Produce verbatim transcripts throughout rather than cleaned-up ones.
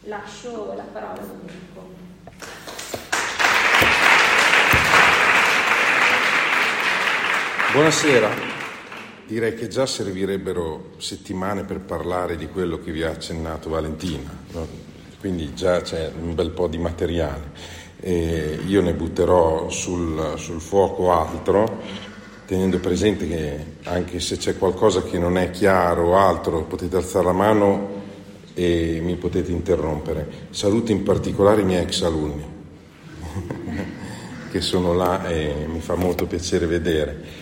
lascio la parola a Domenico. Buonasera, direi che già servirebbero settimane per parlare di quello che vi ha accennato Valentina, no? Quindi già c'è un bel po' di materiale. E io ne butterò sul, sul fuoco altro, tenendo presente che anche se c'è qualcosa che non è chiaro o altro potete alzare la mano e mi potete interrompere. Saluto in particolare i miei ex alunni che sono là e mi fa molto piacere vedere.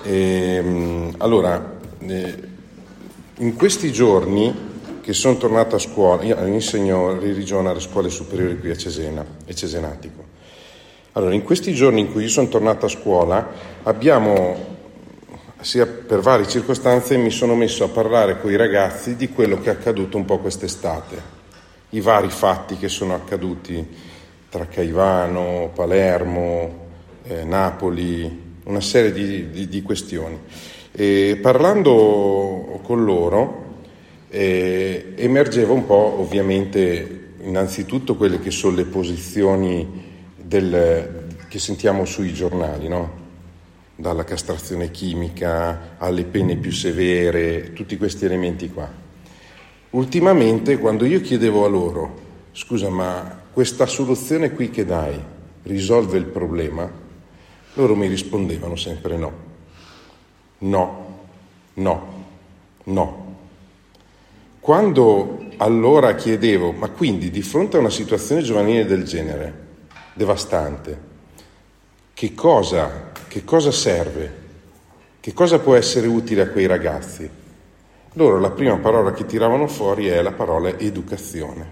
E, allora, eh, in questi giorni che sono tornato a scuola, io insegno religione alle scuole superiori qui a Cesena e Cesenatico. Allora, in questi giorni in cui io sono tornato a scuola abbiamo, sia per varie circostanze, mi sono messo a parlare con i ragazzi di quello che è accaduto un po' quest'estate, i vari fatti che sono accaduti tra Caivano, Palermo, eh, Napoli, una serie di, di, di questioni. E parlando con loro eh, emergeva un po', ovviamente, innanzitutto quelle che sono le posizioni del, che sentiamo sui giornali, no? Dalla castrazione chimica alle pene più severe, tutti questi elementi qua. Ultimamente, quando io chiedevo a loro, scusa, ma questa soluzione qui che dai risolve il problema? Loro mi rispondevano sempre no, no, no, no. Quando allora chiedevo, ma quindi di fronte a una situazione giovanile del genere, devastante, che cosa, che cosa serve? Che cosa può essere utile a quei ragazzi? Loro la prima parola che tiravano fuori è la parola educazione.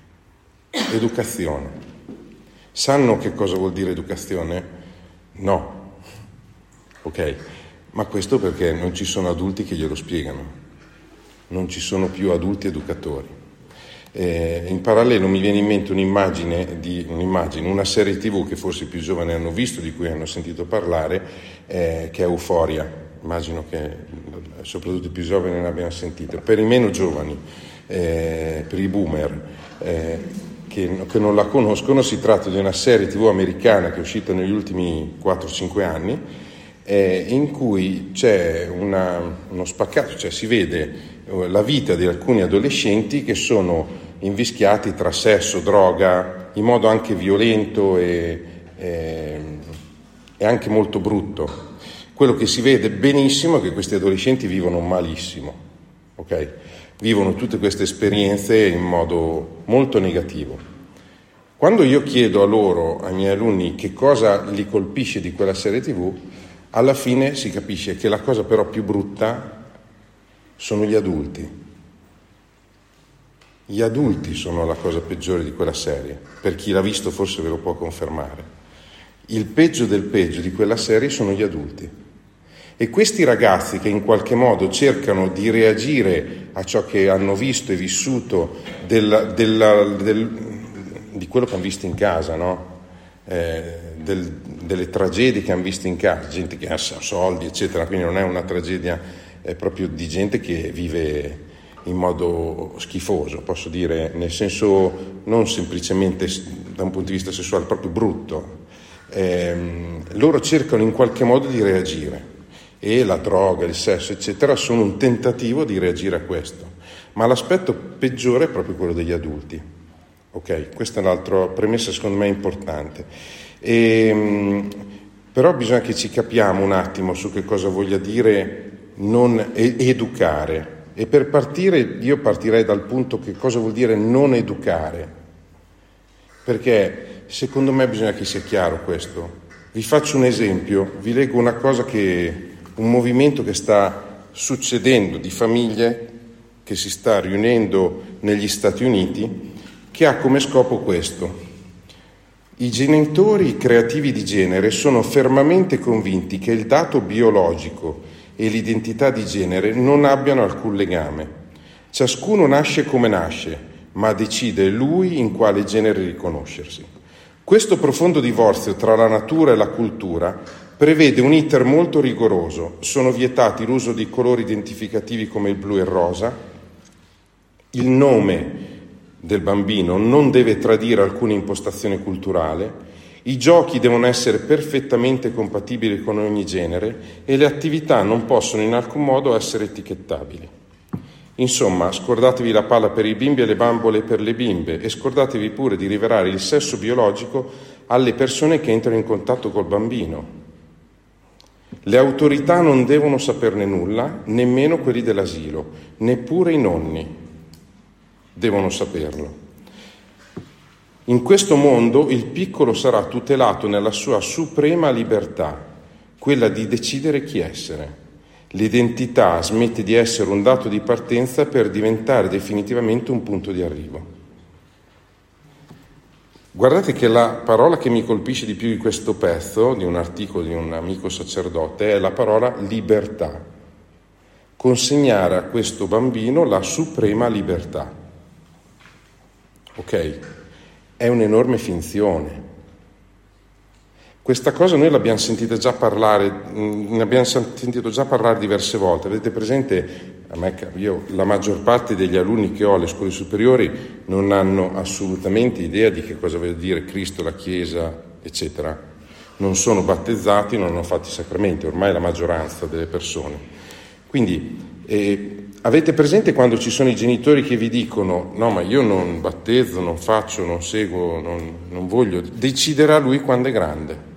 Educazione. Sanno che cosa vuol dire educazione? No, ok, ma questo perché non ci sono adulti che glielo spiegano, non ci sono più adulti educatori. Eh, in parallelo mi viene in mente un'immagine, di, un'immagine, una serie tivù che forse i più giovani hanno visto, di cui hanno sentito parlare, eh, che è Euphoria. Immagino che soprattutto i più giovani ne abbiano sentito. Per i meno giovani, eh, per i boomer, eh, Che, che non la conoscono, si tratta di una serie tivù americana che è uscita negli ultimi quattro cinque anni, eh, in cui c'è una, uno spaccato, cioè si vede la vita di alcuni adolescenti che sono invischiati tra sesso, droga, in modo anche violento e, e, e anche molto brutto. Quello che si vede benissimo è che questi adolescenti vivono malissimo, ok? Vivono tutte queste esperienze in modo molto negativo. Quando io chiedo a loro, ai miei alunni, che cosa li colpisce di quella serie tivù, alla fine si capisce che la cosa però più brutta sono gli adulti. Gli adulti sono la cosa peggiore di quella serie. Per chi l'ha visto forse ve lo può confermare. Il peggio del peggio di quella serie sono gli adulti. E questi ragazzi che in qualche modo cercano di reagire a ciò che hanno visto e vissuto della, della, del, di quello che hanno visto in casa, no? Eh, del, delle tragedie che hanno visto in casa, gente che ha soldi, eccetera, quindi non è una tragedia è proprio di gente che vive in modo schifoso, posso dire, nel senso non semplicemente da un punto di vista sessuale, proprio brutto. Eh, loro cercano in qualche modo di reagire. E la droga, il sesso, eccetera, sono un tentativo di reagire a questo. Ma l'aspetto peggiore è proprio quello degli adulti. Ok? Questa è un'altra premessa, secondo me, importante. E, però bisogna che ci capiamo un attimo su che cosa voglia dire non educare. E per partire, io partirei dal punto che cosa vuol dire non educare. Perché, secondo me, bisogna che sia chiaro questo. Vi faccio un esempio, vi leggo una cosa che... un movimento che sta succedendo di famiglie che si sta riunendo negli Stati Uniti, che ha come scopo questo. I genitori creativi di genere sono fermamente convinti che il dato biologico e l'identità di genere non abbiano alcun legame. Ciascuno nasce come nasce, ma decide lui in quale genere riconoscersi. Questo profondo divorzio tra la natura e la cultura prevede un iter molto rigoroso. Sono vietati l'uso di colori identificativi come il blu e il rosa, il nome del bambino non deve tradire alcuna impostazione culturale, i giochi devono essere perfettamente compatibili con ogni genere e le attività non possono in alcun modo essere etichettabili. Insomma, scordatevi la palla per i bimbi e le bambole per le bimbe e scordatevi pure di rivelare il sesso biologico alle persone che entrano in contatto col bambino. Le autorità non devono saperne nulla, nemmeno quelli dell'asilo, neppure i nonni devono saperlo. In questo mondo il piccolo sarà tutelato nella sua suprema libertà, quella di decidere chi essere. L'identità smette di essere un dato di partenza per diventare definitivamente un punto di arrivo. Guardate che la parola che mi colpisce di più di questo pezzo, di un articolo di un amico sacerdote, è la parola libertà. Consegnare a questo bambino la suprema libertà. Ok? È un'enorme finzione. Questa cosa noi l'abbiamo sentita già parlare, ne abbiamo sentito già parlare diverse volte. Avete presente, a me, io, la maggior parte degli alunni che ho alle scuole superiori non hanno assolutamente idea di che cosa vuol dire Cristo, la Chiesa, eccetera. Non sono battezzati, non hanno fatto i sacramenti, ormai la maggioranza delle persone. Quindi eh, avete presente quando ci sono i genitori che vi dicono no ma io non battezzo, non faccio, non seguo, non, non voglio, deciderà lui quando è grande.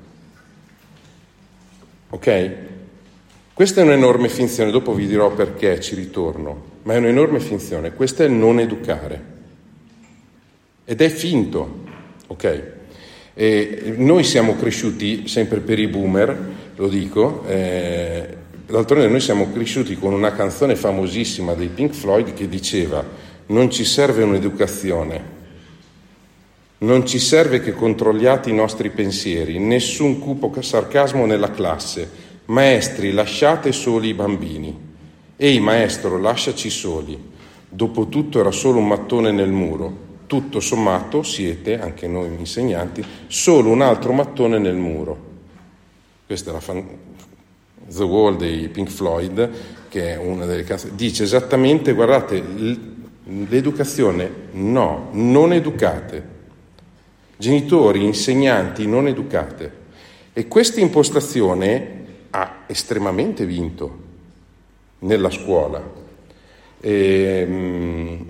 Ok? Questa è un'enorme finzione, dopo vi dirò perché, ci ritorno, ma è un'enorme finzione. Questo è il non educare. Ed è finto, ok? E noi siamo cresciuti, sempre per i boomer, lo dico, eh, d'altronde noi siamo cresciuti con una canzone famosissima dei Pink Floyd che diceva non ci serve un'educazione, non ci serve che controlliate i nostri pensieri, nessun cupo sarcasmo nella classe. Maestri, lasciate soli i bambini. Ehi maestro, lasciaci soli. Dopotutto era solo un mattone nel muro. Tutto sommato siete, anche noi insegnanti, solo un altro mattone nel muro. Questa è la fan... The Wall dei Pink Floyd, che è una delle canzoni. Dice esattamente, guardate, l'educazione no, non educate. Genitori, insegnanti, non educate. E questa impostazione ha estremamente vinto nella scuola. E,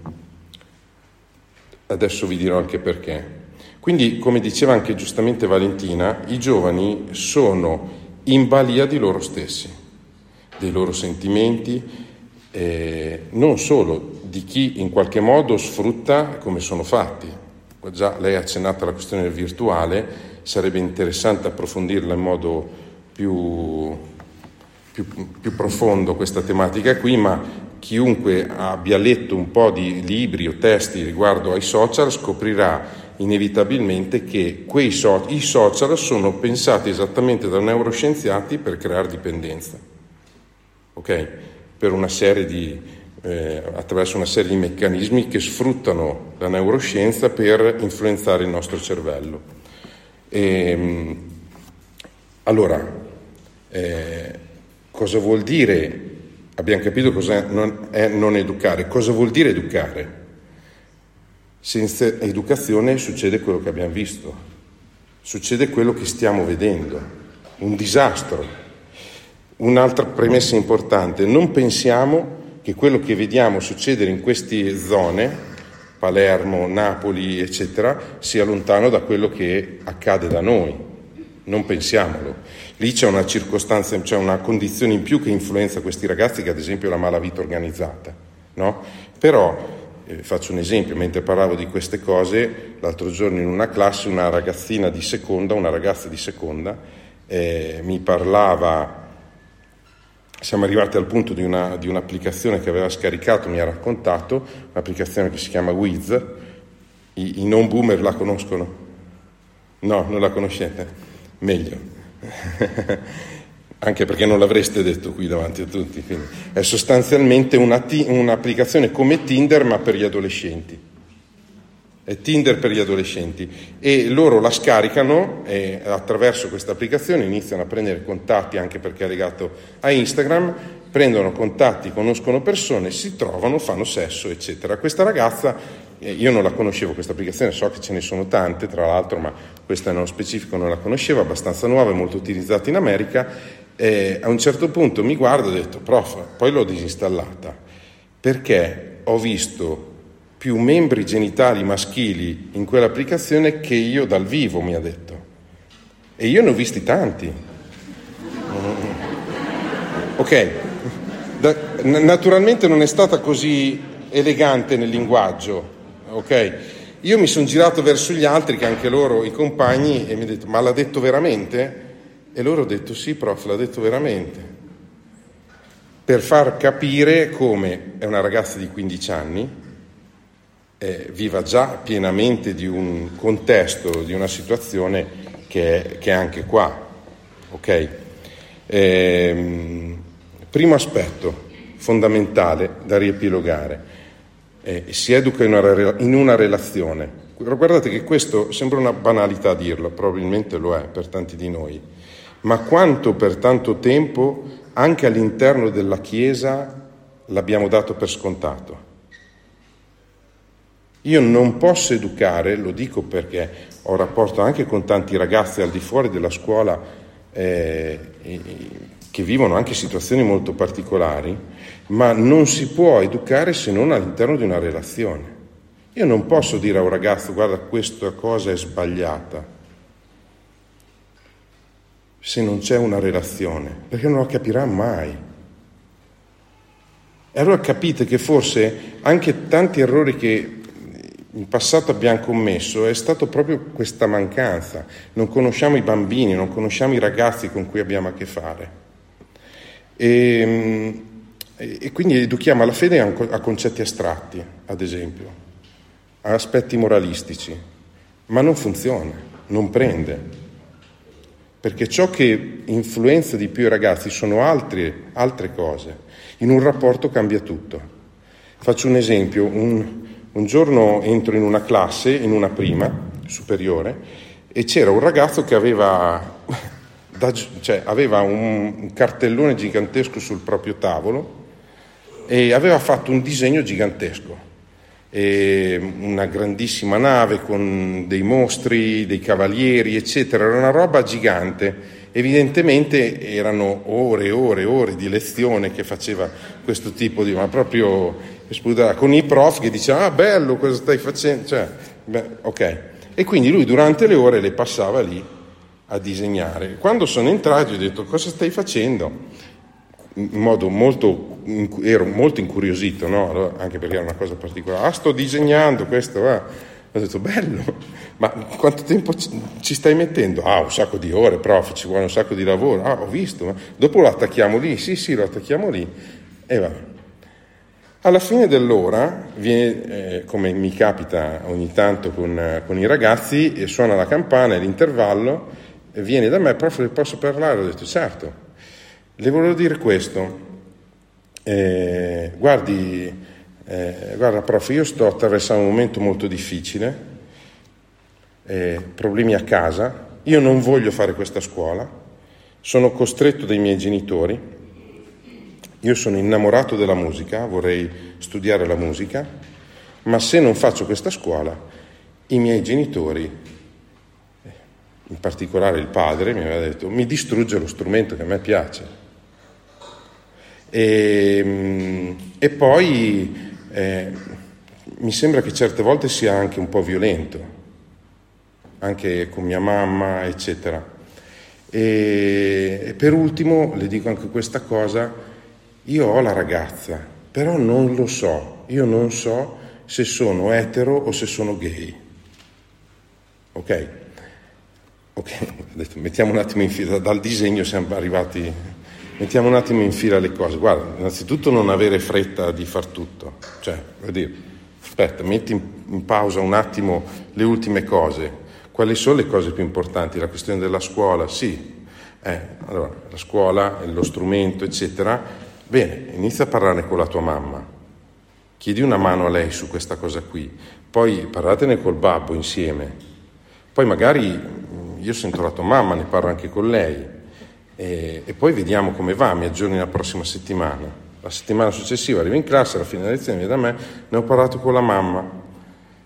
adesso vi dirò anche perché. Quindi, come diceva anche giustamente Valentina, i giovani sono in balia di loro stessi, dei loro sentimenti, eh, non solo di chi in qualche modo sfrutta come sono fatti. Già lei ha accennato alla questione del virtuale, sarebbe interessante approfondirla in modo più, più, più profondo questa tematica qui, ma chiunque abbia letto un po' di libri o testi riguardo ai social scoprirà inevitabilmente che quei so- i social sono pensati esattamente da neuroscienziati per creare dipendenza, ok? Per una serie di Eh, attraverso una serie di meccanismi che sfruttano la neuroscienza per influenzare il nostro cervello. E, allora, eh, cosa vuol dire? Abbiamo capito cosa non è non educare. Cosa vuol dire educare? Senza educazione succede quello che abbiamo visto, succede quello che stiamo vedendo, un disastro. Un'altra premessa importante: non pensiamo che quello che vediamo succedere in queste zone, Palermo, Napoli, eccetera, sia lontano da quello che accade da noi. Non pensiamolo. Lì c'è una circostanza, c'è una condizione in più che influenza questi ragazzi, che ad esempio è la malavita organizzata, no? Però, eh, faccio un esempio, mentre parlavo di queste cose, l'altro giorno in una classe una ragazzina di seconda, una ragazza di seconda, eh, mi parlava. Siamo arrivati al punto di, una, di un'applicazione che aveva scaricato, mi ha raccontato, un'applicazione che si chiama Wiz. I, i non boomer la conoscono? No, non la conoscete? Meglio. Anche perché non l'avreste detto qui davanti a tutti. Quindi è sostanzialmente una t- un'applicazione come Tinder ma per gli adolescenti. È Tinder per gli adolescenti, e loro la scaricano e attraverso questa applicazione iniziano a prendere contatti, anche perché è legato a Instagram, prendono contatti, conoscono persone, si trovano, fanno sesso, eccetera. Questa ragazza io non la conoscevo questa applicazione, so che ce ne sono tante tra l'altro, ma questa nello specifico non la conoscevo, abbastanza nuova e molto utilizzata in America. E a un certo punto mi guardo e ho detto prof, poi l'ho disinstallata perché ho visto più membri genitali maschili in quell'applicazione che io dal vivo, mi ha detto, e io ne ho visti tanti. Ok, da, naturalmente non è stata così elegante nel linguaggio, ok? Io mi sono girato verso gli altri, che anche loro, i compagni, e mi hanno detto ma l'ha detto veramente? E loro ho detto sì prof, l'ha detto veramente, per far capire come è una ragazza di quindici anni, eh, viva già pienamente di un contesto, di una situazione che è, che è anche qua, ok? Ehm, primo aspetto fondamentale da riepilogare, eh, si educa in una, in una relazione. Guardate che questo sembra una banalità dirlo, probabilmente lo è per tanti di noi, ma quanto per tanto tempo anche all'interno della Chiesa l'abbiamo dato per scontato. Io non posso educare, lo dico perché ho rapporto anche con tanti ragazzi al di fuori della scuola eh, che vivono anche situazioni molto particolari, ma non si può educare se non all'interno di una relazione. Io non posso dire a un ragazzo guarda questa cosa è sbagliata se non c'è una relazione, perché non la capirà mai. E allora capite che forse anche tanti errori che in passato abbiamo commesso è stato proprio questa mancanza. Non conosciamo i bambini, non conosciamo i ragazzi con cui abbiamo a che fare. E, e quindi educhiamo alla fede a concetti astratti, ad esempio, a aspetti moralistici, ma non funziona, non prende. Perché ciò che influenza di più i ragazzi sono altre, altre cose. In un rapporto cambia tutto. Faccio un esempio, un, un giorno entro in una classe, in una prima, superiore, e c'era un ragazzo che aveva, da, cioè, aveva un, un cartellone gigantesco sul proprio tavolo e aveva fatto un disegno gigantesco. E una grandissima nave con dei mostri, dei cavalieri, eccetera, era una roba gigante. Evidentemente erano ore e ore e ore di lezione che faceva questo tipo di, ma proprio esplodeva, con i prof che dicevano ah bello cosa stai facendo, cioè, beh, ok, e quindi lui durante le ore le passava lì a disegnare. Quando sono entrato gli ho detto cosa stai facendo? In modo molto, ero molto incuriosito, no? Allora, anche perché era una cosa particolare. Ah, sto disegnando questo, va. Ho detto, bello, ma quanto tempo ci stai mettendo? Ah, un sacco di ore, prof, ci vuole un sacco di lavoro. Ah, ho visto, ma dopo lo attacchiamo lì? Sì, sì, lo attacchiamo lì. E va. Alla fine dell'ora, viene, eh, come mi capita ogni tanto con, con i ragazzi, e suona la campana, è l'intervallo, e viene da me, prof, posso parlare? Ho detto, certo. Le volevo dire questo, eh, guardi, eh, guarda prof, io sto attraversando un momento molto difficile, eh, problemi a casa, io non voglio fare questa scuola, sono costretto dai miei genitori, io sono innamorato della musica, vorrei studiare la musica, ma se non faccio questa scuola, i miei genitori, in particolare il padre, mi aveva detto, mi distrugge lo strumento che a me piace. E, e poi eh, mi sembra che certe volte sia anche un po' violento, anche con mia mamma, eccetera. E, e per ultimo le dico anche questa cosa, io ho la ragazza, però non lo so, io non so se sono etero o se sono gay. Ok? Ok, ho detto, mettiamo un attimo in fila, dal disegno siamo arrivati... Mettiamo un attimo in fila le cose. Guarda, innanzitutto non avere fretta di far tutto. Cioè, vuol dire, aspetta, metti in, in pausa un attimo le ultime cose. Quali sono le cose più importanti? La questione della scuola? Sì. Eh, allora, la scuola, lo strumento, eccetera. Bene, inizia a parlare con la tua mamma. Chiedi una mano a lei su questa cosa qui. Poi parlatene col babbo insieme. Poi magari io sento la tua mamma, ne parlo anche con lei. E, e poi vediamo come va, mi aggiorni la prossima settimana. La settimana successiva arrivo in classe, alla fine della lezione viene da me, ne ho parlato con la mamma.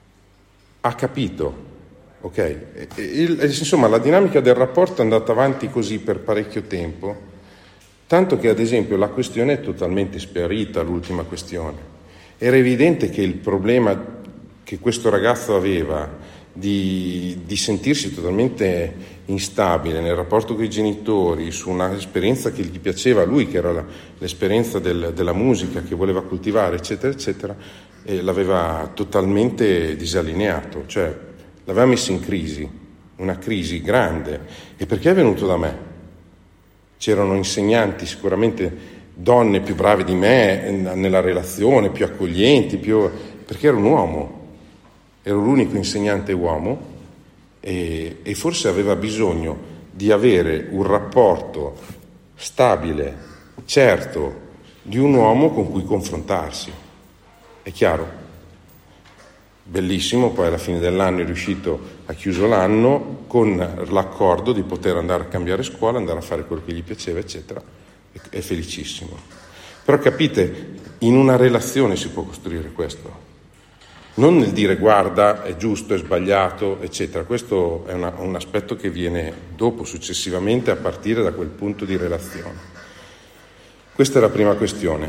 ha capito, ok? E, e, e, insomma, la dinamica del rapporto è andata avanti così per parecchio tempo, tanto che ad esempio la questione è totalmente sparita, l'ultima questione. Era evidente che il problema che questo ragazzo aveva di, di sentirsi totalmente instabile nel rapporto con i genitori, su un'esperienza che gli piaceva a lui, che era la, l'esperienza del, della musica che voleva coltivare, eccetera, eccetera, e l'aveva totalmente disallineato, cioè l'aveva messo in crisi, una crisi grande. E perché è venuto da me? C'erano insegnanti, sicuramente donne più brave di me nella relazione, più accoglienti, più... perché ero un uomo, ero l'unico insegnante uomo e, e forse aveva bisogno di avere un rapporto stabile, certo, di un uomo con cui confrontarsi. È chiaro? Bellissimo, poi alla fine dell'anno è riuscito, ha chiuso l'anno con l'accordo di poter andare a cambiare scuola, andare a fare quello che gli piaceva, eccetera. È felicissimo. Però capite, in una relazione si può costruire questo. Non nel dire guarda, è giusto, è sbagliato, eccetera. Questo è una, un aspetto che viene dopo, successivamente, a partire da quel punto di relazione. Questa è la prima questione.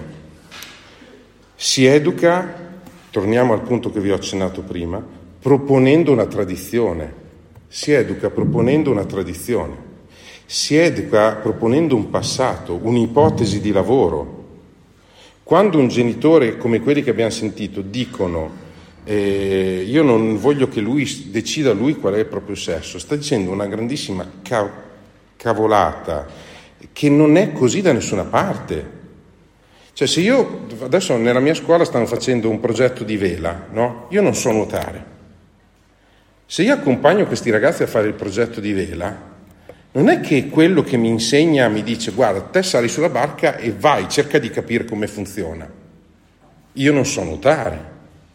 Si educa, torniamo al punto che vi ho accennato prima, proponendo una tradizione. Si educa proponendo una tradizione. Si educa proponendo un passato, un'ipotesi di lavoro. Quando un genitore, come quelli che abbiamo sentito, dicono Eh, io non voglio che lui decida lui qual è il proprio sesso, sta dicendo una grandissima ca- cavolata che non è così da nessuna parte. Cioè, se io adesso nella mia scuola stanno facendo un progetto di vela, no? Io non so nuotare. Se io accompagno questi ragazzi a fare il progetto di vela, non è che quello che mi insegna mi dice guarda, te sali sulla barca e vai, cerca di capire come funziona. Io non so nuotare.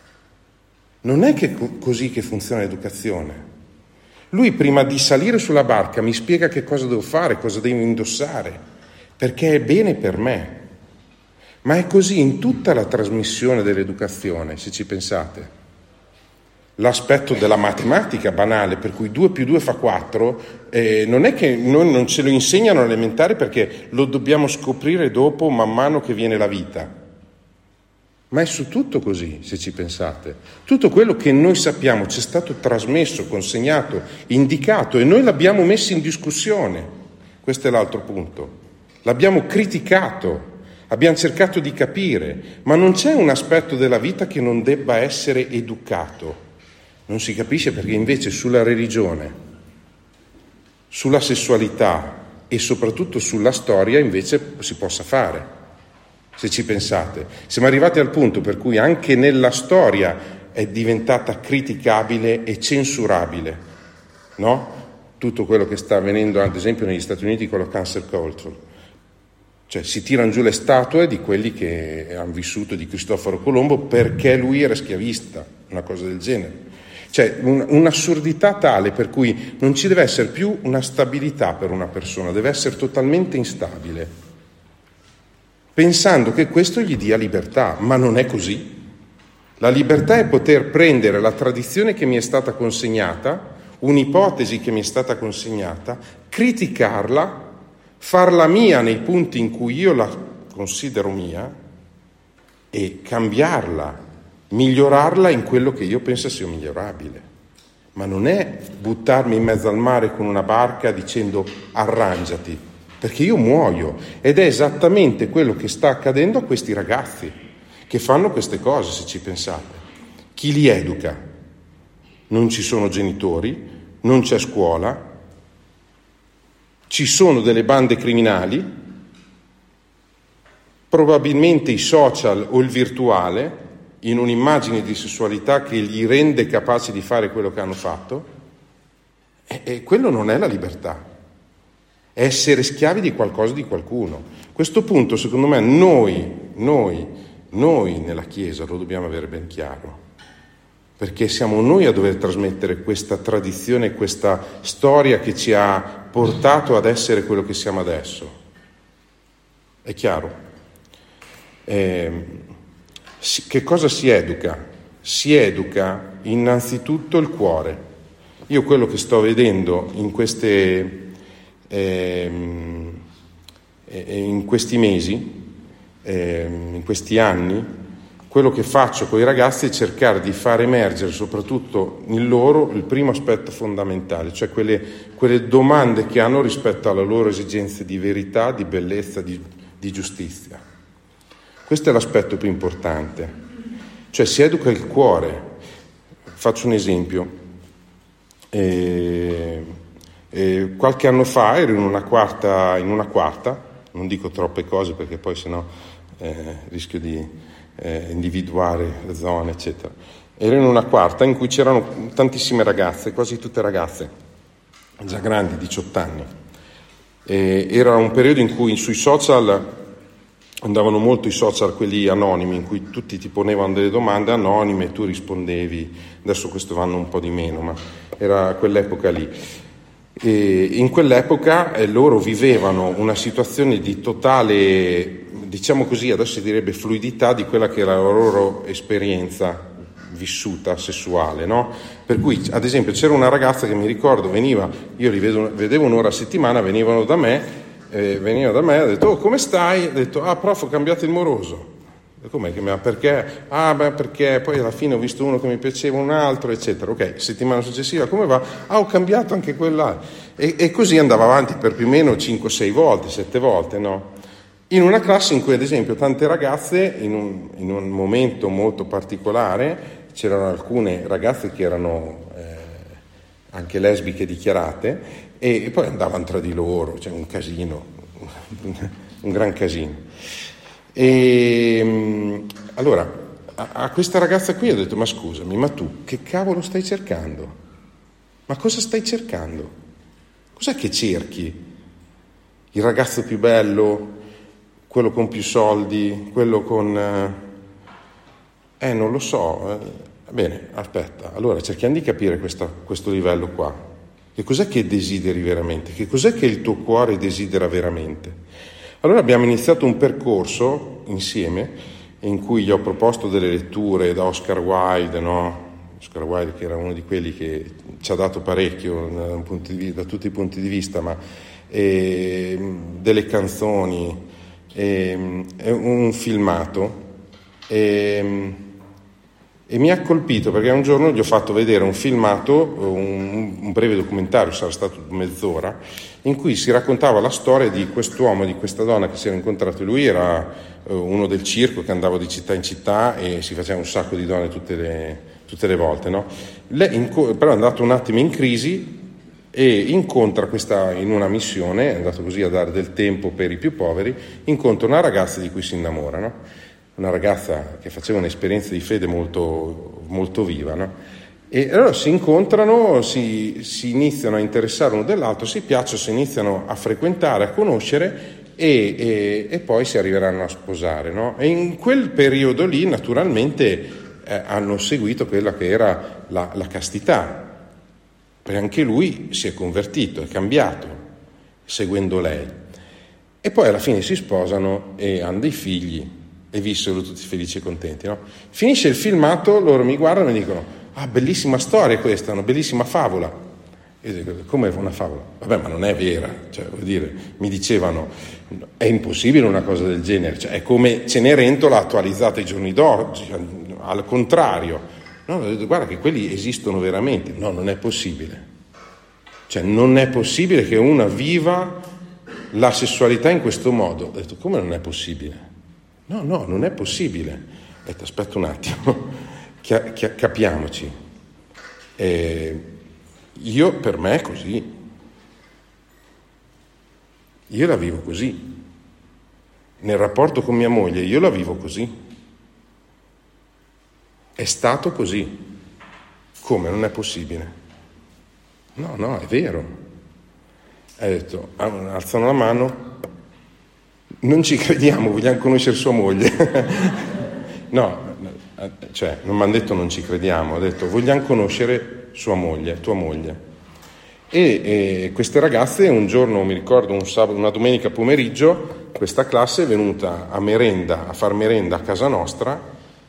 Non è che co- così che funziona l'educazione. Lui prima di salire sulla barca mi spiega che cosa devo fare, cosa devo indossare, perché è bene per me. Ma è così in tutta la trasmissione dell'educazione, se ci pensate. L'aspetto della matematica banale, per cui due più due fa quattro, eh, non è che noi non ce lo insegnano elementari perché lo dobbiamo scoprire dopo, man mano che viene la vita. Ma è su tutto così, se ci pensate. Tutto quello che noi sappiamo ci è stato trasmesso, consegnato, indicato e noi l'abbiamo messo in discussione. Questo è l'altro punto. L'abbiamo criticato, abbiamo cercato di capire, ma non c'è un aspetto della vita che non debba essere educato. Non si capisce perché invece sulla religione, sulla sessualità e soprattutto sulla storia invece si possa fare. Se ci pensate, siamo arrivati al punto per cui anche nella storia è diventata criticabile e censurabile, no? Tutto quello che sta avvenendo ad esempio negli Stati Uniti con la cancel culture, cioè si tirano giù le statue di quelli che hanno vissuto di Cristoforo Colombo perché lui era schiavista, una cosa del genere, cioè un, un'assurdità tale per cui non ci deve essere più una stabilità per una persona, deve essere totalmente instabile, pensando che questo gli dia libertà, ma non è così. La libertà è poter prendere la tradizione che mi è stata consegnata, un'ipotesi che mi è stata consegnata, criticarla, farla mia nei punti in cui io la considero mia e cambiarla, migliorarla in quello che io penso sia migliorabile. Ma non è buttarmi in mezzo al mare con una barca dicendo arrangiati, perché io muoio, ed è esattamente quello che sta accadendo a questi ragazzi che fanno queste cose, se ci pensate. Chi li educa? Non ci sono genitori, non c'è scuola, ci sono delle bande criminali, probabilmente i social o il virtuale, in un'immagine di sessualità che gli rende capaci di fare quello che hanno fatto, e, e quello non è la libertà. Essere schiavi di qualcosa, di qualcuno. Questo punto, secondo me, noi, noi, noi nella Chiesa lo dobbiamo avere ben chiaro, perché siamo noi a dover trasmettere questa tradizione, questa storia che ci ha portato ad essere quello che siamo adesso. È chiaro? Eh, che cosa si educa? Si educa innanzitutto il cuore. Io quello che sto vedendo in queste ehm, in questi mesi, ehm, in questi anni, quello che faccio con i ragazzi è cercare di far emergere soprattutto in loro il primo aspetto fondamentale, cioè quelle, quelle domande che hanno rispetto alle loro esigenze di verità, di bellezza, di, di giustizia. Questo è l'aspetto più importante, cioè si educa il cuore. Faccio un esempio. E, e qualche anno fa ero in una quarta, in una quarta, non dico troppe cose perché poi sennò eh, rischio di eh, individuare le zone, eccetera. Ero in una quarta in cui c'erano tantissime ragazze, quasi tutte ragazze, già grandi, diciotto anni. E era un periodo in cui sui social andavano molto i social, quelli anonimi, in cui tutti ti ponevano delle domande anonime e tu rispondevi. Adesso questo vanno un po' di meno, ma era quell'epoca lì. E in quell'epoca eh, loro vivevano una situazione di totale, diciamo così, adesso si direbbe fluidità di quella che era la loro esperienza vissuta sessuale, no? Per cui, ad esempio, c'era una ragazza che mi ricordo veniva, io li vedo, vedevo un'ora a settimana, venivano da me, eh, veniva da me, ha detto: oh, come stai? Ha detto: ah, prof, ho cambiato il moroso. Com'è che mi ha, perché? Ah, beh, perché poi alla fine ho visto uno che mi piaceva, un altro, eccetera. Ok, settimana successiva, come va? Ah, ho cambiato anche quella. E, e così andava avanti per più o meno cinque sei volte, sette volte, no? In una classe in cui, ad esempio, tante ragazze, in un, in un momento molto particolare, c'erano alcune ragazze che erano eh, anche lesbiche dichiarate, e, e poi andavano tra di loro, c'è cioè un casino, un gran casino. E allora a, a questa ragazza qui ho detto: ma scusami, ma tu che cavolo stai cercando? Ma cosa stai cercando? Cos'è che cerchi? Il ragazzo più bello, quello con più soldi, quello con eh non lo so. Bene, aspetta, allora cerchiamo di capire questa, questo livello qua. Che cos'è che desideri veramente? Che cos'è che il tuo cuore desidera veramente? Allora abbiamo iniziato un percorso insieme in cui gli ho proposto delle letture da Oscar Wilde, no? Oscar Wilde che era uno di quelli che ci ha dato parecchio da, un punto di, da tutti i punti di vista, ma eh, delle canzoni, eh, un filmato, eh, e mi ha colpito perché un giorno gli ho fatto vedere un filmato, un, un breve documentario, sarà stato mezz'ora, in cui si raccontava la storia di quest'uomo e di questa donna che si erano incontrati. Lui era uh, uno del circo che andava di città in città e si faceva un sacco di donne tutte le, tutte le volte, no? Lei inco- però è andato un attimo in crisi e incontra questa, in una missione, è andato così a dare del tempo per i più poveri, incontra una ragazza di cui si innamora, no? Una ragazza che faceva un'esperienza di fede molto, molto viva, no? E allora si incontrano, si, si iniziano a interessare uno dell'altro, si piacciono, si iniziano a frequentare, a conoscere e, e, e poi si arriveranno a sposare, no? E in quel periodo lì naturalmente eh, hanno seguito quella che era la, la castità, perché anche lui si è convertito, è cambiato seguendo lei. E poi alla fine si sposano e hanno dei figli e vissero tutti felici e contenti, no? Finisce il filmato, loro mi guardano e mi dicono: ah, bellissima storia questa, una bellissima favola. Io dico: come una favola? Vabbè, ma non è vera, cioè, vuol dire, mi dicevano, è impossibile una cosa del genere, cioè, è come Cenerentola attualizzata ai giorni d'oggi, al contrario. No, ho detto: guarda che quelli esistono veramente. No, non è possibile. Cioè, non è possibile che una viva la sessualità in questo modo. Ho detto: come non è possibile? No, no, non è possibile. Ho detto: aspetta un attimo, capiamoci. Eh, io, per me è così. Io la vivo così. Nel rapporto con mia moglie io la vivo così. È stato così. Come? Non è possibile. No, no, è vero. Ha detto, alzano la mano, non ci crediamo, vogliamo conoscere sua moglie. No, cioè, non mi hanno detto non ci crediamo, ha detto vogliamo conoscere sua moglie, tua moglie. E, e queste ragazze un giorno, mi ricordo, un sabato, una domenica pomeriggio, questa classe è venuta a merenda, a far merenda a casa nostra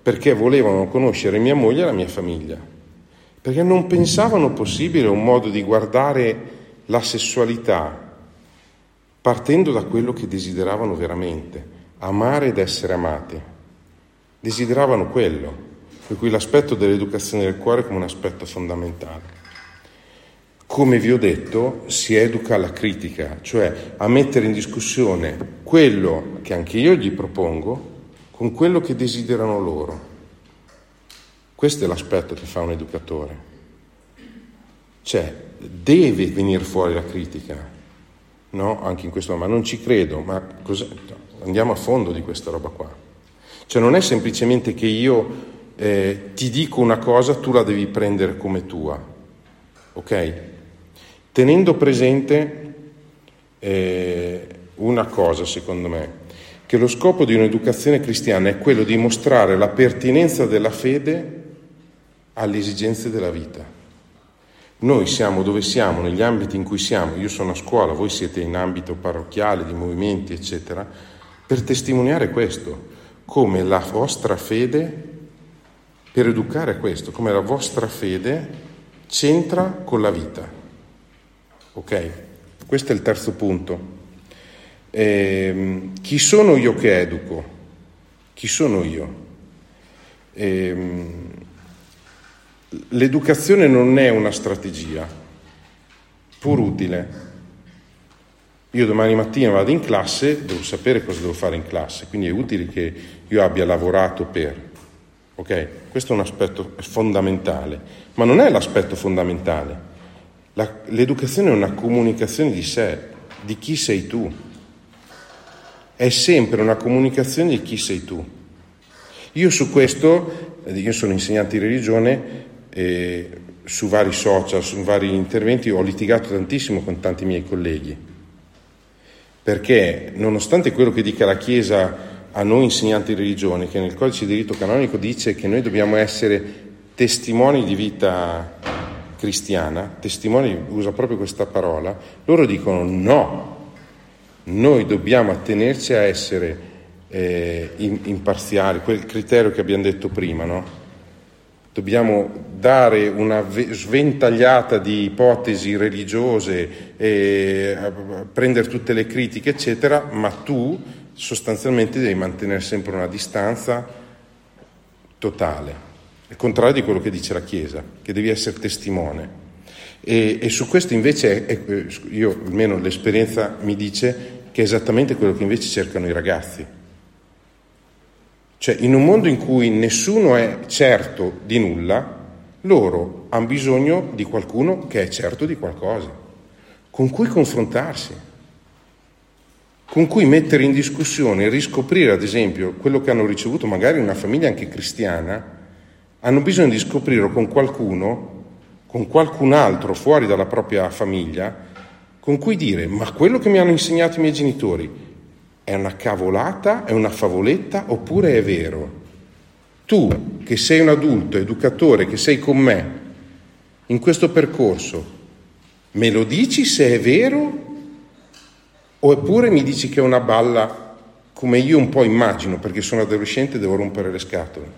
perché volevano conoscere mia moglie e la mia famiglia, perché non pensavano possibile un modo di guardare la sessualità partendo da quello che desideravano veramente, amare ed essere amati. Desideravano quello, per cui l'aspetto dell'educazione del cuore come un aspetto fondamentale. Come vi ho detto, si educa alla critica, cioè a mettere in discussione quello che anche io gli propongo con quello che desiderano loro. Questo è l'aspetto che fa un educatore. Cioè, deve venire fuori la critica, no? Anche in questo, ma non ci credo, ma cos'è? Andiamo a fondo di questa roba qua. Cioè, non è semplicemente che io eh, ti dico una cosa, tu la devi prendere come tua, ok? Tenendo presente eh, una cosa, secondo me, che lo scopo di un'educazione cristiana è quello di mostrare la pertinenza della fede alle esigenze della vita. Noi siamo dove siamo, negli ambiti in cui siamo, io sono a scuola, voi siete in ambito parrocchiale, di movimenti, eccetera, per testimoniare questo, come la vostra fede, per educare questo, come la vostra fede c'entra con la vita. Ok? Questo è il terzo punto. Eh, chi sono io che educo? Chi sono io? Eh, l'educazione non è una strategia, pur utile. Io domani mattina vado in classe, devo sapere cosa devo fare in classe, quindi è utile che io abbia lavorato per. Ok? Questo è un aspetto fondamentale, ma non è l'aspetto fondamentale. La, l'educazione è una comunicazione di sé, di chi sei tu. È sempre una comunicazione di chi sei tu. Io su questo, io sono insegnante di religione, e su vari social, su vari interventi ho litigato tantissimo con tanti miei colleghi, perché nonostante quello che dica la Chiesa a noi insegnanti di religione, che nel codice di diritto canonico dice che noi dobbiamo essere testimoni di vita cristiana, testimoni, usa proprio questa parola, loro dicono no, noi dobbiamo attenerci a essere eh, imparziali, quel criterio che abbiamo detto prima, no? Dobbiamo dare una sventagliata di ipotesi religiose, e prendere tutte le critiche, eccetera, ma tu sostanzialmente devi mantenere sempre una distanza totale. Il contrario di quello che dice la Chiesa, che devi essere testimone. E, e su questo invece, è, è, io almeno l'esperienza mi dice che è esattamente quello che invece cercano i ragazzi. Cioè, in un mondo in cui nessuno è certo di nulla, loro hanno bisogno di qualcuno che è certo di qualcosa, con cui confrontarsi, con cui mettere in discussione e riscoprire, ad esempio, quello che hanno ricevuto magari in una famiglia anche cristiana. Hanno bisogno di scoprirlo con qualcuno, con qualcun altro fuori dalla propria famiglia, con cui dire: ma quello che mi hanno insegnato i miei genitori è una cavolata, è una favoletta, oppure è vero? Tu, che sei un adulto, educatore, che sei con me in questo percorso, me lo dici se è vero, oppure mi dici che è una balla, come io un po' immagino, perché sono adolescente e devo rompere le scatole?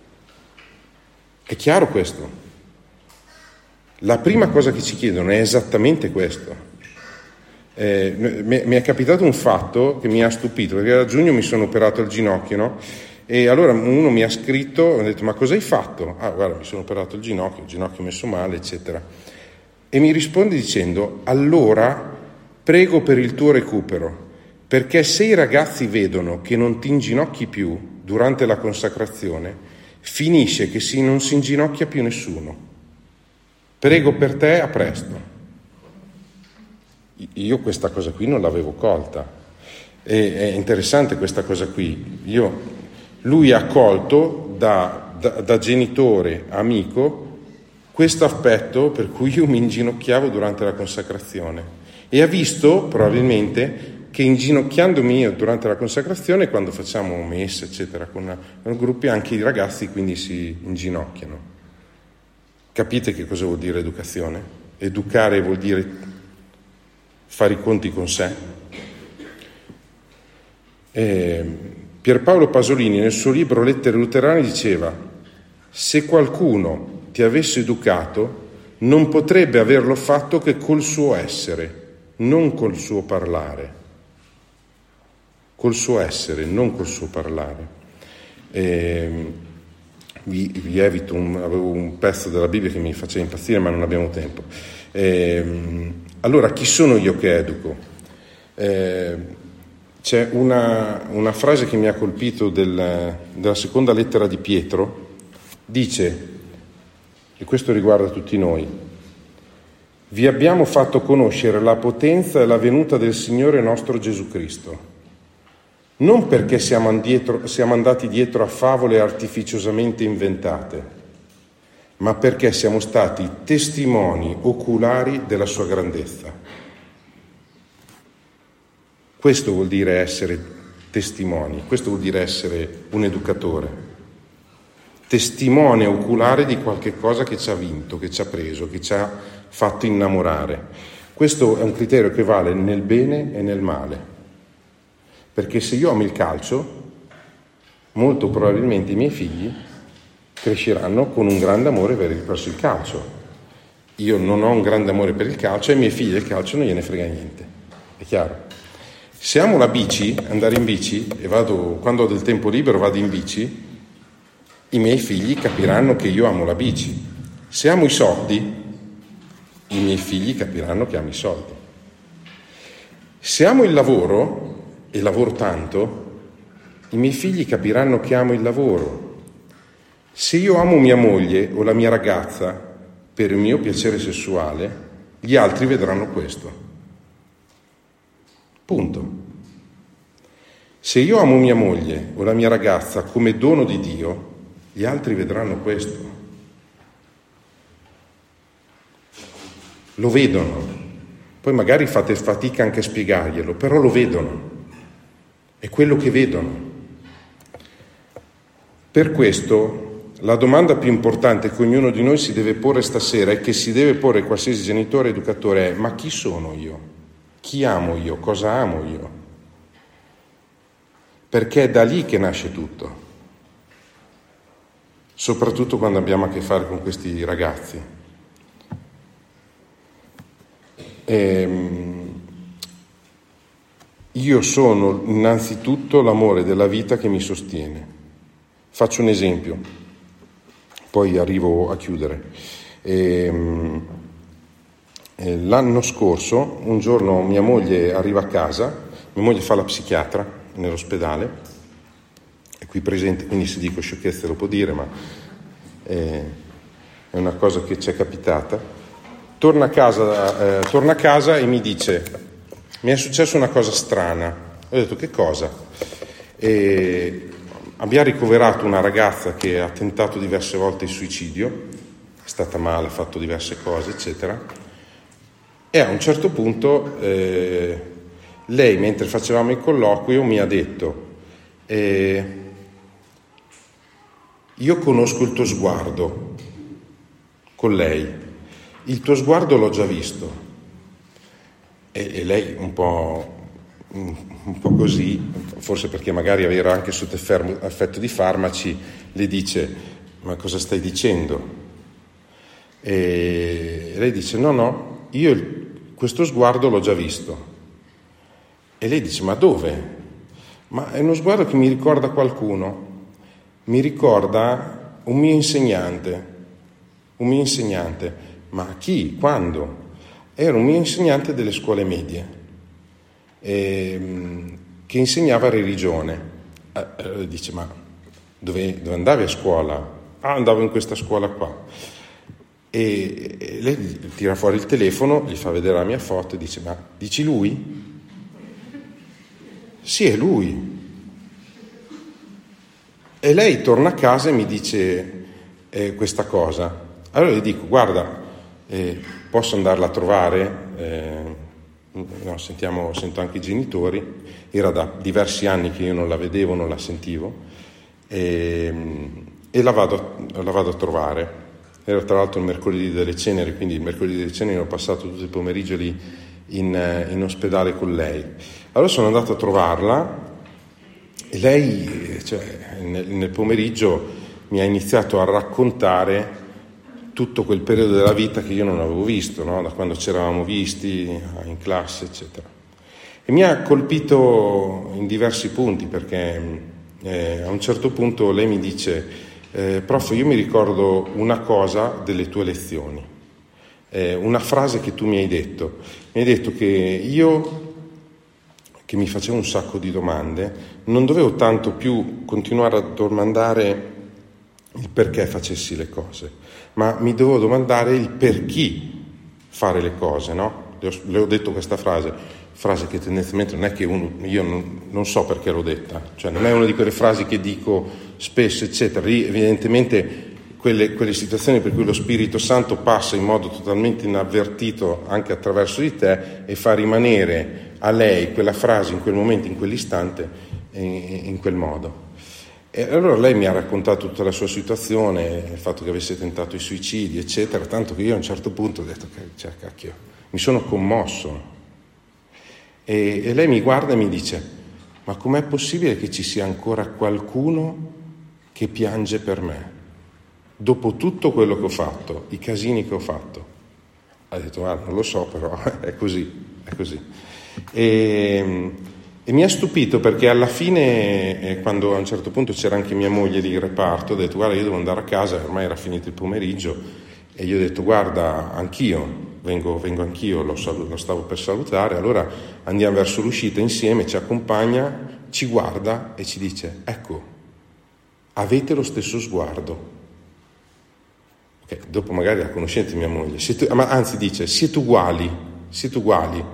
È chiaro questo? La prima cosa che ci chiedono è esattamente questo. Eh, mi, mi è capitato un fatto che mi ha stupito, perché a giugno mi sono operato al ginocchio, no? E allora uno mi ha scritto, ho detto: ma cosa hai fatto? Ah, guarda, mi sono operato il ginocchio, il ginocchio messo male, eccetera. E mi risponde dicendo: allora prego per il tuo recupero, perché se i ragazzi vedono che non ti inginocchi più durante la consacrazione, finisce che si, non si inginocchia più nessuno. Prego per te, a presto. Io questa cosa qui non l'avevo colta. E, è interessante questa cosa qui. Io, lui ha colto da, da, da genitore, amico, questo aspetto per cui io mi inginocchiavo durante la consacrazione. E ha visto, probabilmente, che inginocchiandomi io durante la consacrazione, quando facciamo messa, eccetera, con, con gruppi, anche i ragazzi quindi si inginocchiano. Capite che cosa vuol dire educazione? Educare vuol dire fare i conti con sé. E Pierpaolo Pasolini nel suo libro Lettere luterane diceva: se qualcuno ti avesse educato non potrebbe averlo fatto che col suo essere, non col suo parlare. Col suo essere, non col suo parlare. E vi, vi evito, un, avevo un pezzo della Bibbia che mi faceva impazzire, ma non abbiamo tempo. E, allora, chi sono io che educo? E, c'è una, una frase che mi ha colpito del, della seconda lettera di Pietro, dice, e questo riguarda tutti noi: vi abbiamo fatto conoscere la potenza e la venuta del Signore nostro Gesù Cristo, non perché siamo, andietro, siamo andati dietro a favole artificiosamente inventate, ma perché siamo stati testimoni oculari della sua grandezza. Questo vuol dire essere testimoni, questo vuol dire essere un educatore, testimone oculare di qualche cosa che ci ha vinto, che ci ha preso, che ci ha fatto innamorare. Questo è un criterio che vale nel bene e nel male. Perché se io amo il calcio, molto probabilmente i miei figli cresceranno con un grande amore verso il calcio. Io non ho un grande amore per il calcio e ai miei figli del calcio non gliene frega niente. È chiaro? Se amo la bici, andare in bici, e vado, quando ho del tempo libero vado in bici, i miei figli capiranno che io amo la bici. Se amo i soldi, i miei figli capiranno che amo i soldi. Se amo il lavoro e lavoro tanto, i miei figli capiranno che amo il lavoro. Se io amo mia moglie o la mia ragazza per il mio piacere sessuale, gli altri vedranno questo. Punto. Se io amo mia moglie o la mia ragazza come dono di Dio, gli altri vedranno questo. Lo vedono. Poi magari fate fatica anche a spiegarglielo, però lo vedono. È quello che vedono. Per questo la domanda più importante che ognuno di noi si deve porre stasera e che si deve porre qualsiasi genitore educatore è: ma chi sono io? Chi amo io? Cosa amo io? Perché è da lì che nasce tutto, soprattutto quando abbiamo a che fare con questi ragazzi. Ehm, io sono innanzitutto l'amore della vita che mi sostiene. Faccio un esempio, poi arrivo a chiudere. Ehm, L'anno scorso, un giorno mia moglie arriva a casa, mia moglie fa la psichiatra nell'ospedale, è qui presente, quindi se dico sciocchezze lo può dire, ma è una cosa che ci è capitata. Torna a casa, eh, torna a casa e mi dice: mi è successa una cosa strana. Ho detto: che cosa? E abbiamo ricoverato una ragazza che ha tentato diverse volte il suicidio, è stata male, ha fatto diverse cose, eccetera. E a un certo punto eh, lei, mentre facevamo il colloquio, mi ha detto: eh, io conosco il tuo sguardo con lei, il tuo sguardo l'ho già visto. E, e lei un po', un, un po' così, forse perché magari aveva anche sotto effetto di farmaci, le dice: ma cosa stai dicendo? E lei dice: no, no, io il questo sguardo l'ho già visto. E lei dice: ma dove? Ma è uno sguardo che mi ricorda qualcuno, mi ricorda un mio insegnante, un mio insegnante. Ma chi? Quando? Era un mio insegnante delle scuole medie, eh, che insegnava religione. Eh, dice: ma dove, dove andavi a scuola? Ah, andavo in questa scuola qua. E lei tira fuori il telefono, gli fa vedere la mia foto e dice: ma dici lui? Sì, è lui. E lei torna a casa e mi dice eh, questa cosa. Allora gli dico: guarda, eh, posso andarla a trovare? Eh, no, sentiamo, sento anche i genitori. Era da diversi anni che io non la vedevo, non la sentivo, e, e la, vado, la vado a trovare. Era tra l'altro il mercoledì delle ceneri, quindi il mercoledì delle ceneri ho passato tutto il pomeriggio lì in, in ospedale con lei. Allora sono andato a trovarla e lei, cioè, nel, nel pomeriggio mi ha iniziato a raccontare tutto quel periodo della vita che io non avevo visto, no? Da quando ci eravamo visti in classe, eccetera. E mi ha colpito in diversi punti, perché eh, a un certo punto lei mi dice: eh, prof, io mi ricordo una cosa delle tue lezioni, eh, una frase che tu mi hai detto. Mi hai detto che io, che mi facevo un sacco di domande, non dovevo tanto più continuare a domandare il perché facessi le cose, ma mi dovevo domandare il per chi fare le cose, no? Le ho, le ho detto questa frase, frase che tendenzialmente non è che uno, io non, non so perché l'ho detta, cioè non è una di quelle frasi che dico spesso, eccetera. Lì evidentemente quelle, quelle situazioni per cui lo Spirito Santo passa in modo totalmente inavvertito anche attraverso di te e fa rimanere a lei quella frase in quel momento, in quell'istante, in, in quel modo. E allora lei mi ha raccontato tutta la sua situazione, il fatto che avesse tentato i suicidi, eccetera, tanto che io a un certo punto ho detto, cioè, cacchio, mi sono commosso. E, e lei mi guarda e mi dice: ma com'è possibile che ci sia ancora qualcuno che piange per me? Dopo tutto quello che ho fatto, i casini che ho fatto. Ha detto: ah, non lo so, però è così, è così. E... E mi ha stupito, perché alla fine, eh, quando a un certo punto c'era anche mia moglie lì in reparto, ho detto: guarda, io devo andare a casa, ormai era finito il pomeriggio, e gli ho detto: guarda, anch'io, vengo, vengo anch'io, lo, lo stavo per salutare, allora andiamo verso l'uscita insieme, ci accompagna, ci guarda e ci dice: ecco, avete lo stesso sguardo. Okay, dopo magari la conoscete mia moglie, siete, ma anzi dice: siete uguali, siete uguali.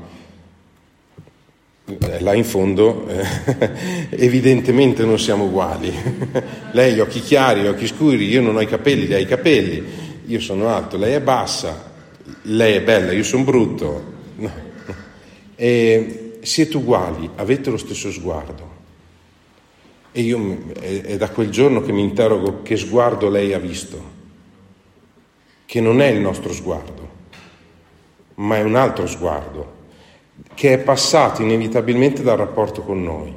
Là in fondo eh, evidentemente non siamo uguali. Lei ha gli occhi chiari, gli occhi scuri, io non ho i capelli, lei ha i capelli, io sono alto, lei è bassa, lei è bella, io sono brutto. No. E siete uguali, avete lo stesso sguardo. E io è, è da quel giorno che mi interrogo che sguardo lei ha visto, che non è il nostro sguardo, ma è un altro sguardo, che è passato inevitabilmente dal rapporto con noi.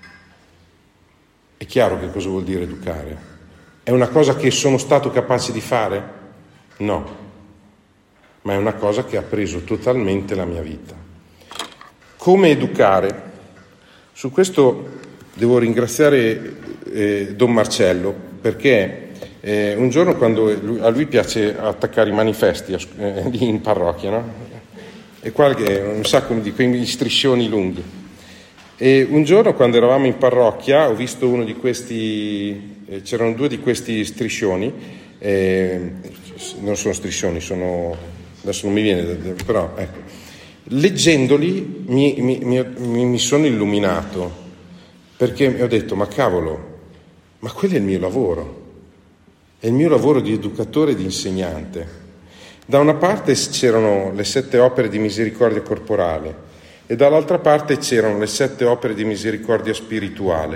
È chiaro che cosa vuol dire educare? È una cosa che sono stato capace di fare? No, ma è una cosa che ha preso totalmente la mia vita. Come educare? Su questo devo ringraziare eh, Don Marcello, perché eh, un giorno, quando lui, a lui piace attaccare i manifesti eh, lì in parrocchia, no? E qua un sacco di quei striscioni lunghi. E un giorno, quando eravamo in parrocchia, ho visto uno di questi, eh, c'erano due di questi striscioni, eh, non sono striscioni, sono, adesso non mi viene, però ecco, leggendoli mi, mi, mi, mi sono illuminato, perché mi ho detto: ma cavolo, ma quello è il mio lavoro, è il mio lavoro di educatore e di insegnante. Da una parte c'erano le sette opere di misericordia corporale e dall'altra parte c'erano le sette opere di misericordia spirituale.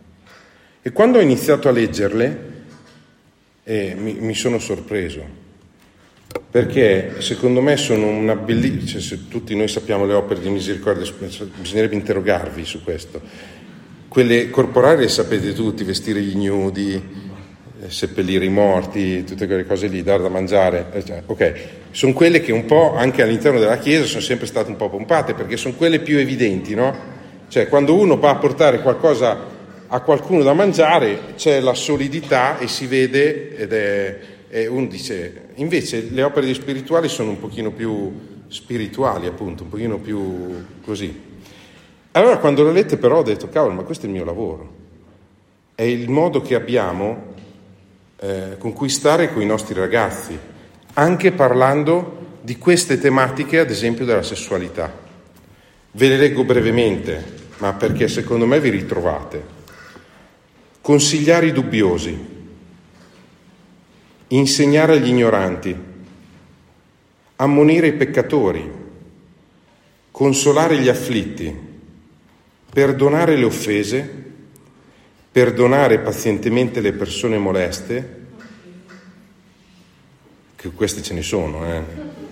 E quando ho iniziato a leggerle eh, mi, mi sono sorpreso, perché secondo me sono una bellissima, cioè, se tutti noi sappiamo le opere di misericordia, bisognerebbe interrogarvi su questo. Quelle corporali le sapete tutti: vestire gli ignudi, seppellire i morti, tutte quelle cose lì, dare da mangiare, ok, sono quelle che un po' anche all'interno della Chiesa sono sempre state un po' pompate, perché sono quelle più evidenti, no? Cioè, quando uno va a portare qualcosa a qualcuno da mangiare, c'è la solidità e si vede, ed è, e uno dice. Invece le opere di spirituali sono un pochino più spirituali, appunto, un pochino più così. Allora, quando l'ho lette, però, ho detto: cavolo, ma questo è il mio lavoro, è il modo che abbiamo Eh, conquistare con i nostri ragazzi, anche parlando di queste tematiche, ad esempio della sessualità. Ve le leggo brevemente, ma perché secondo me vi ritrovate. Consigliare i dubbiosi, insegnare agli ignoranti, ammonire i peccatori, consolare gli afflitti, perdonare le offese, perdonare pazientemente le persone moleste, che queste ce ne sono, eh.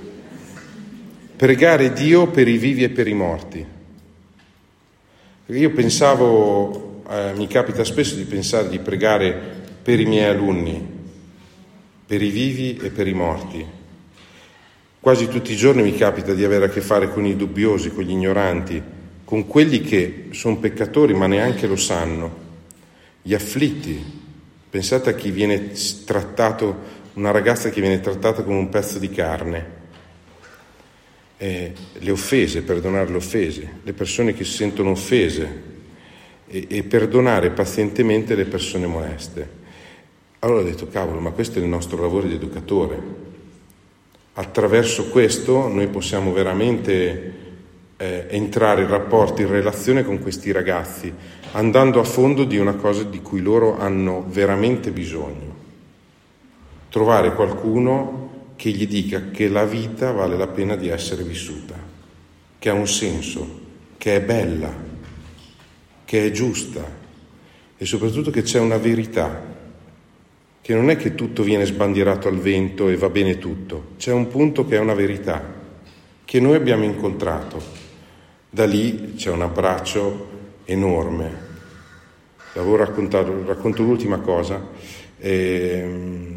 Pregare Dio per i vivi e per i morti. Io pensavo eh, mi capita spesso di pensare di pregare per i miei alunni, per i vivi e per i morti. Quasi tutti i giorni mi capita di avere a che fare con i dubbiosi, con gli ignoranti, con quelli che sono peccatori ma neanche lo sanno, gli afflitti. Pensate a chi viene trattato, una ragazza che viene trattata come un pezzo di carne. Eh, le offese, perdonare le offese, le persone che si sentono offese e, e perdonare pazientemente le persone moleste. Allora ho detto, cavolo, ma questo è il nostro lavoro di educatore. Attraverso questo noi possiamo veramente eh, entrare in rapporto, in relazione con questi ragazzi, andando a fondo di una cosa di cui loro hanno veramente bisogno. Trovare qualcuno che gli dica che la vita vale la pena di essere vissuta, che ha un senso, che è bella, che è giusta e soprattutto che c'è una verità, che non è che tutto viene sbandierato al vento e va bene tutto, c'è un punto che è una verità, che noi abbiamo incontrato. Da lì c'è un abbraccio enorme. Devo raccontare, racconto l'ultima cosa. Ehm,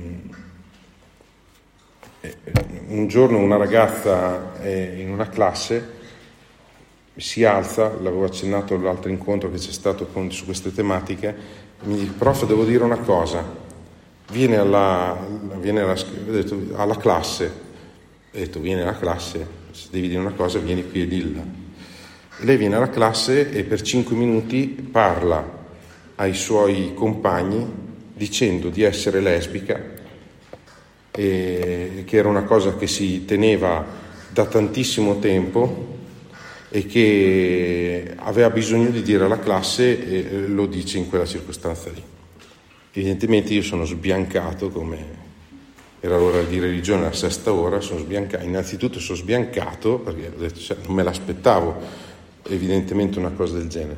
Un giorno una ragazza in una classe si alza, l'avevo accennato all'altro incontro che c'è stato con, su queste tematiche, mi dice, prof, devo dire una cosa, viene alla, viene alla, ho detto, alla classe, ho detto, viene alla classe, se devi dire una cosa vieni qui e dilla. Lei viene alla classe e per cinque minuti parla ai suoi compagni dicendo di essere lesbica, e che era una cosa che si teneva da tantissimo tempo e che aveva bisogno di dire alla classe e lo dice in quella circostanza lì. Evidentemente io sono sbiancato, come era l'ora di religione, la sesta ora, sono sbiancato. Innanzitutto sono sbiancato perché ho detto, cioè, non me l'aspettavo evidentemente una cosa del genere.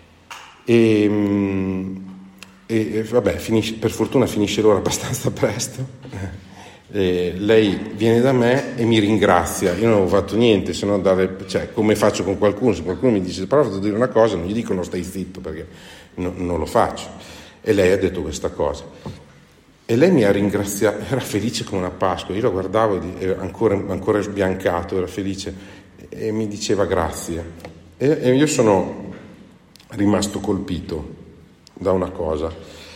E, e vabbè, finisce, per fortuna finisce l'ora abbastanza presto. Eh, lei viene da me e mi ringrazia. Io non avevo fatto niente se non dare, cioè, come faccio con qualcuno, se qualcuno mi dice però devo dire una cosa, non gli dico non stai zitto perché no, non lo faccio. E lei ha detto questa cosa e lei mi ha ringraziato, era felice come una Pasqua. Io lo guardavo, era ancora, ancora sbiancato, era felice e mi diceva grazie e, e io sono rimasto colpito da una cosa.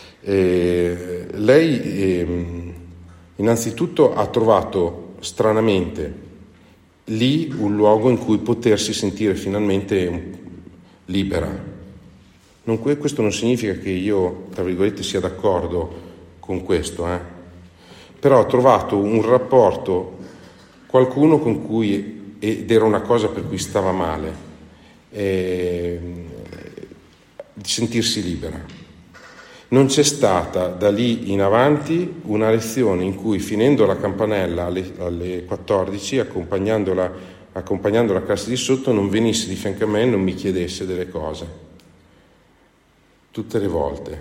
E lei eh, innanzitutto ha trovato stranamente lì un luogo in cui potersi sentire finalmente libera. Non, questo non significa che io, tra virgolette, sia d'accordo con questo, eh? Però ha trovato un rapporto, qualcuno con cui, ed era una cosa per cui stava male, eh, di sentirsi libera. Non c'è stata da lì in avanti una lezione in cui, finendo la campanella alle, alle quattordici, accompagnandola, accompagnando la classe di sotto, non venisse di fianco a me e non mi chiedesse delle cose. Tutte le volte.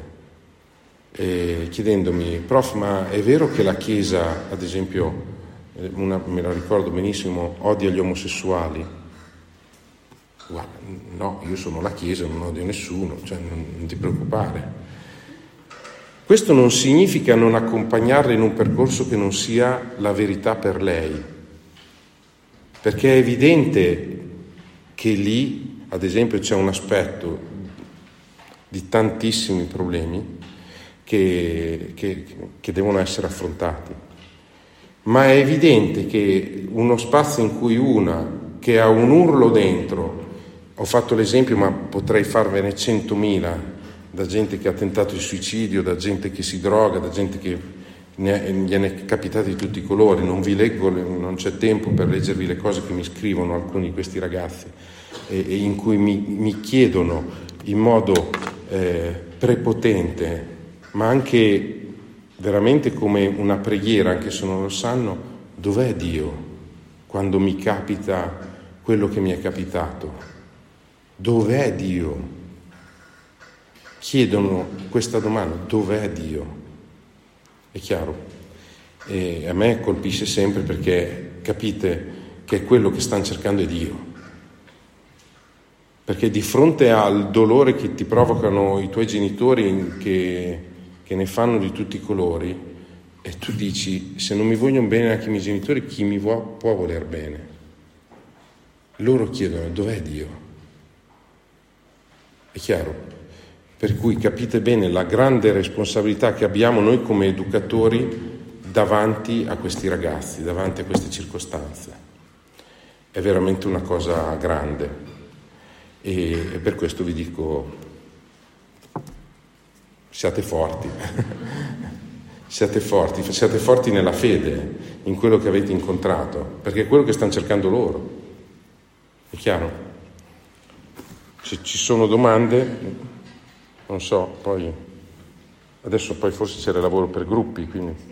E chiedendomi, prof, ma è vero che la Chiesa, ad esempio, una, me la ricordo benissimo, odia gli omosessuali? Guarda, no, io sono la Chiesa, non odio nessuno, cioè non, non ti preoccupare. Questo non significa non accompagnarla in un percorso che non sia la verità per lei, perché è evidente che lì, ad esempio, c'è un aspetto di tantissimi problemi che, che, che devono essere affrontati, ma è evidente che uno spazio in cui una che ha un urlo dentro, ho fatto l'esempio ma potrei farvene centomila, da gente che ha tentato il suicidio, da gente che si droga, da gente che ne è, gliene è capitato di tutti i colori. Non vi leggo, non c'è tempo per leggervi le cose che mi scrivono alcuni di questi ragazzi e, e in cui mi, mi chiedono in modo eh, prepotente, ma anche veramente come una preghiera, anche se non lo sanno, dov'è Dio quando mi capita quello che mi è capitato? Dov'è Dio? Chiedono questa domanda, dov'è Dio? È chiaro? E a me colpisce sempre perché capite che quello che stanno cercando è Dio. Perché di fronte al dolore che ti provocano i tuoi genitori, che, che ne fanno di tutti i colori, e tu dici, se non mi vogliono bene anche i miei genitori, chi mi può, può voler bene? Loro chiedono, dov'è Dio? È chiaro? Per cui capite bene la grande responsabilità che abbiamo noi come educatori davanti a questi ragazzi, davanti a queste circostanze. È veramente una cosa grande. E per questo vi dico, siate forti, siate forti, siate forti nella fede, in quello che avete incontrato, perché è quello che stanno cercando loro. È chiaro? Se ci sono domande, non so, poi adesso poi forse c'è il lavoro per gruppi, quindi...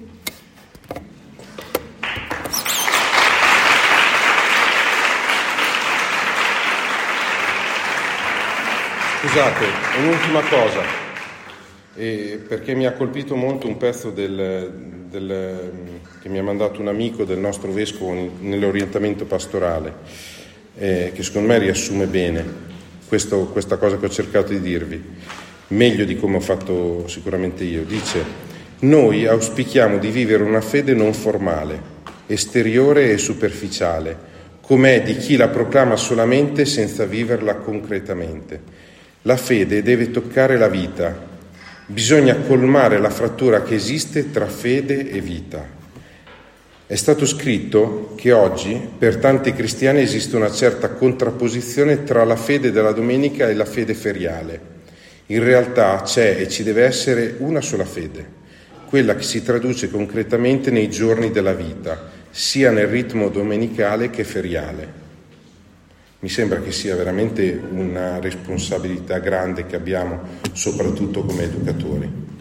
Scusate, un'ultima cosa, eh, perché mi ha colpito molto un pezzo del, del, che mi ha mandato un amico del nostro vescovo nell'orientamento pastorale, eh, che secondo me riassume bene questo, questa cosa che ho cercato di dirvi, meglio di come ho fatto sicuramente io. Dice: noi auspichiamo di vivere una fede non formale, esteriore e superficiale, com'è di chi la proclama solamente senza viverla concretamente. La fede deve toccare la vita, bisogna colmare la frattura che esiste tra fede e vita. È stato scritto che oggi per tanti cristiani esiste una certa contrapposizione tra la fede della domenica e la fede feriale. In realtà c'è e ci deve essere una sola fede, quella che si traduce concretamente nei giorni della vita, sia nel ritmo domenicale che feriale. Mi sembra che sia veramente una responsabilità grande che abbiamo, soprattutto come educatori.